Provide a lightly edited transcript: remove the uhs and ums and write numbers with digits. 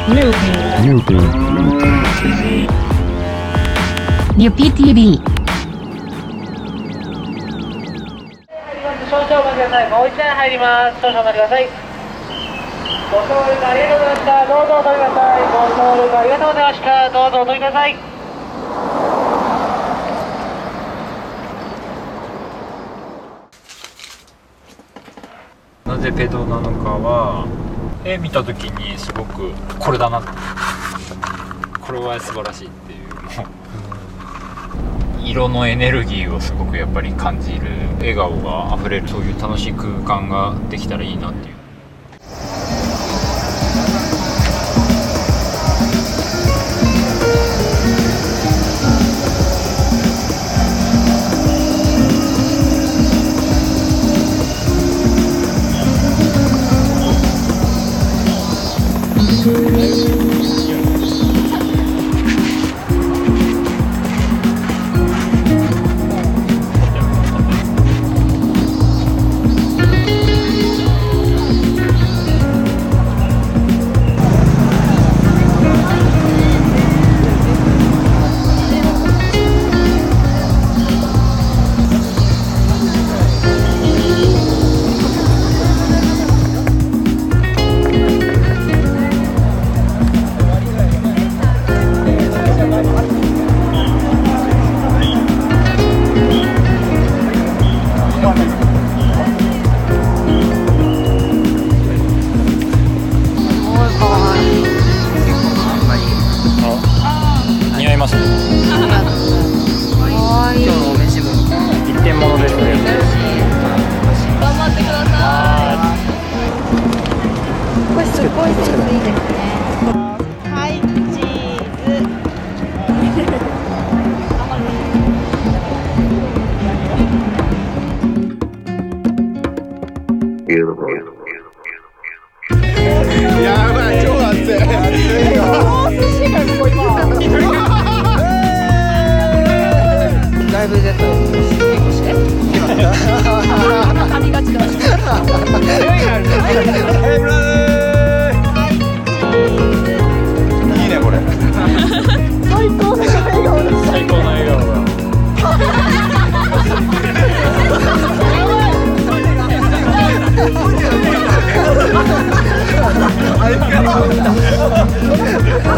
ニューピー TV。 少々お待ちください。もう一台入ります。少々お待ちください。ご協力ありがとうございました。どうぞお取りください。ご協力ありがとうございました。どうぞお取りください。 なぜペドなのかは、絵見た時にすごくこれだな、これは素晴らしいっていう、もう色のエネルギーをすごくやっぱり感じる、笑顔があふれる、そういう楽しい空間ができたらいいなっていう。似合いますね。今日のお召し物一点物ですね。 頑張ってください。これすごいセンスいいですね。はい、チーズ。 やばい、超熱い。寿司がすごい今。だいぶ出た。 ありがちだ。 いいねこれ。 最高の笑顔です。 最高の笑顔が。 あれ